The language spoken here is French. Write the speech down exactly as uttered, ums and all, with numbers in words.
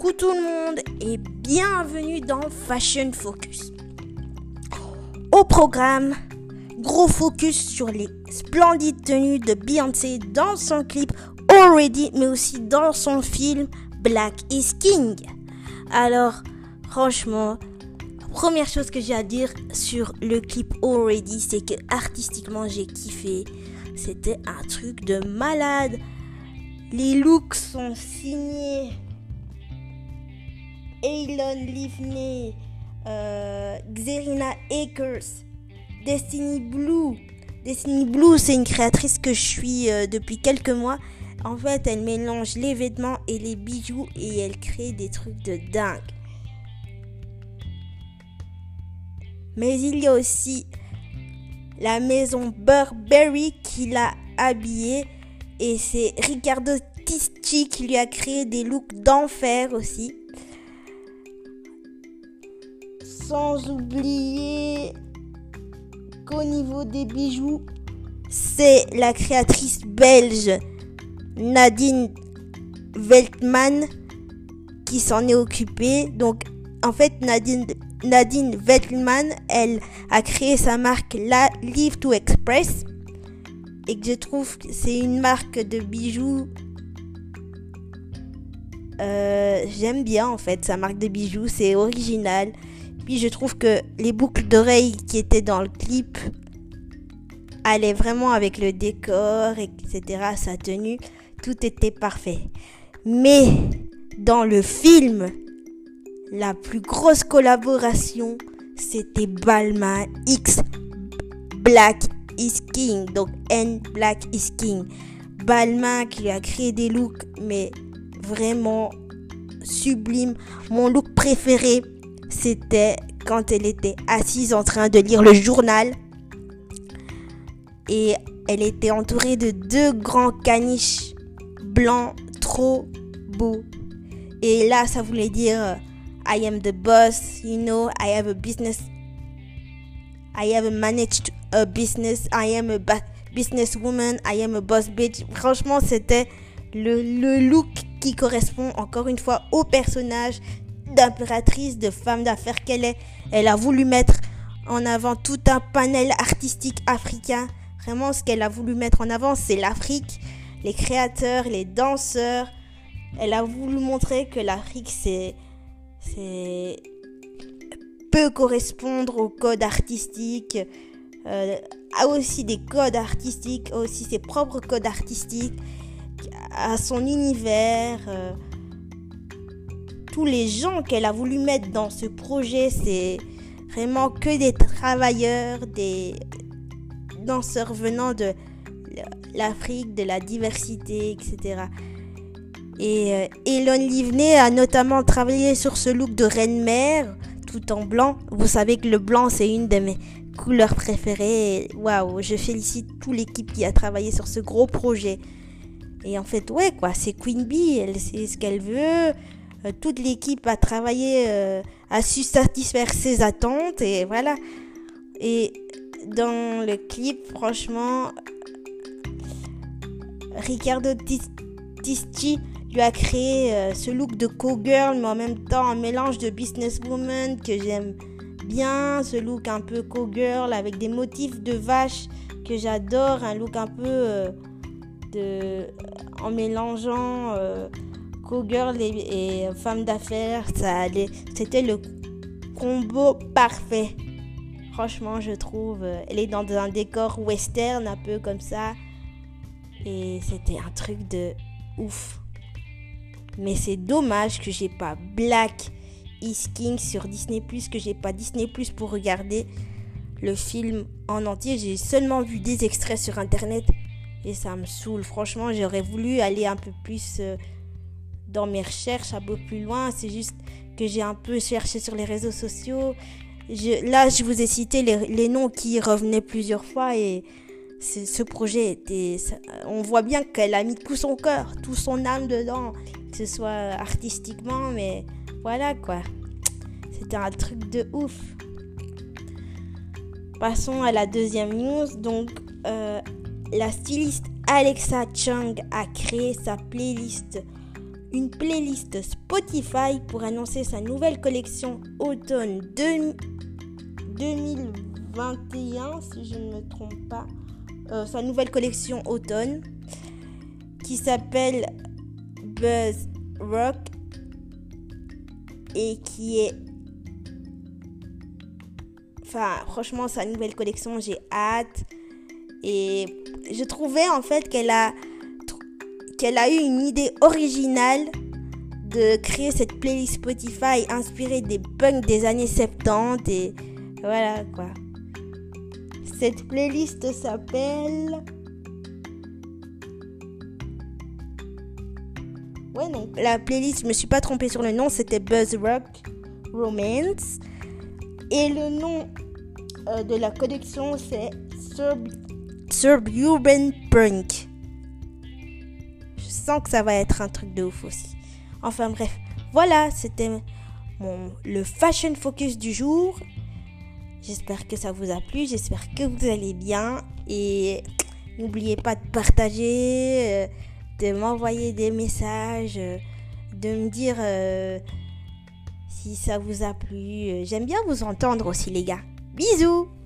Coucou tout le monde et bienvenue dans Fashion Focus. Au programme, gros focus sur les splendides tenues de Beyoncé dans son clip Already, mais aussi dans son film Black is King. Alors, franchement, la première chose que j'ai à dire sur le clip Already, c'est que artistiquement j'ai kiffé. C'était un truc de malade. Les looks sont signés Eilon Livney, euh, Xerina Akers, Destiny Blue. Destiny Blue, c'est une créatrice que je suis euh, depuis quelques mois. En fait, elle mélange les vêtements et les bijoux et elle crée des trucs de dingue. Mais il y a aussi la maison Burberry qui l'a habillée et c'est Riccardo Tisci qui lui a créé des looks d'enfer aussi. Sans oublier qu'au niveau des bijoux, c'est la créatrice belge Nadine Veltman qui s'en est occupée. Donc, en fait, Nadine, Nadine Veltman, elle a créé sa marque La Live to Express. Et que je trouve que c'est une marque de bijoux. Euh, j'aime bien, en fait, sa marque de bijoux. C'est original. Puis je trouve que les boucles d'oreilles qui étaient dans le clip allaient vraiment avec le décor, et cetera. Sa tenue, tout était parfait. Mais dans le film, la plus grosse collaboration, c'était Balmain X Black is King. Donc N Black is King. Balmain qui a créé des looks, mais vraiment sublimes. Mon look préféré, c'était quand elle était assise en train de lire le journal et elle était entourée de deux grands caniches blancs trop beaux. Et là, ça voulait dire I am the boss, you know, I have a business, I have managed a business, I am a ba- businesswoman, I am a boss bitch. Franchement, c'était le, le look qui correspond encore une fois au personnage d'impératrice, de femme d'affaires qu'elle est. Elle a voulu mettre en avant tout un panel artistique africain. Vraiment, ce qu'elle a voulu mettre en avant, c'est l'Afrique, les créateurs, les danseurs. Elle a voulu montrer que l'Afrique, c'est, c'est peut correspondre au code artistique, euh, a aussi des codes artistiques, a aussi ses propres codes artistiques, à son univers. Euh, Tous les gens qu'elle a voulu mettre dans ce projet, c'est vraiment que des travailleurs, des danseurs venant de l'Afrique, de la diversité, et cetera. Et euh, Eilon Livney a notamment travaillé sur ce look de reine-mère, tout en blanc. Vous savez que le blanc, c'est une de mes couleurs préférées. Waouh, je félicite toute l'équipe qui a travaillé sur ce gros projet. Et en fait, ouais, quoi, c'est Queen Bee, elle sait ce qu'elle veut. Euh, toute l'équipe a travaillé, euh, a su satisfaire ses attentes et voilà. Et dans le clip, franchement, Riccardo Tisci lui a créé euh, ce look de cowgirl, mais en même temps un mélange de businesswoman que j'aime bien. Ce look un peu cowgirl avec des motifs de vache que j'adore. Un look un peu euh, de, en mélangeant Euh, cowgirl et, et femme d'affaires, ça allait, c'était le combo parfait. Franchement, je trouve, elle est dans un décor western, un peu comme ça, et c'était un truc de ouf. Mais c'est dommage que j'ai pas Black is King sur Disney plus, que j'ai pas Disney plus pour regarder le film en entier. J'ai seulement vu des extraits sur internet et ça me saoule. Franchement, j'aurais voulu aller un peu plus euh, dans mes recherches, un peu plus loin. C'est juste que j'ai un peu cherché sur les réseaux sociaux. Je, là, je vous ai cité les, les noms qui revenaient plusieurs fois et c'est, ce projet était... Ça, on voit bien qu'elle a mis tout son cœur, tout son âme dedans, que ce soit artistiquement, mais voilà quoi. C'était un truc de ouf. Passons à la deuxième news. Donc, euh, la styliste Alexa Chung a créé sa playlist une playlist Spotify pour annoncer sa nouvelle collection automne deux mille vingt et un, si je ne me trompe pas. Euh, sa nouvelle collection automne qui s'appelle Buzz Rock et qui est... Enfin, franchement, sa nouvelle collection, j'ai hâte. Et je trouvais en fait qu'elle a, qu'elle a eu une idée originale de créer cette playlist Spotify inspirée des punks des années soixante-dix. Et voilà quoi. Cette playlist s'appelle... Ouais, non. La playlist, je me suis pas trompée sur le nom, c'était Buzz Rock Romance. Et le nom euh, de la collection, c'est Sub- Suburban Punk. Je sens que ça va être un truc de ouf aussi. Enfin bref, voilà, c'était mon, le Fashion Focus du jour. J'espère que ça vous a plu, j'espère que vous allez bien. Et n'oubliez pas de partager, euh, de m'envoyer des messages, euh, de me dire euh, si ça vous a plu. J'aime bien vous entendre aussi les gars. Bisous!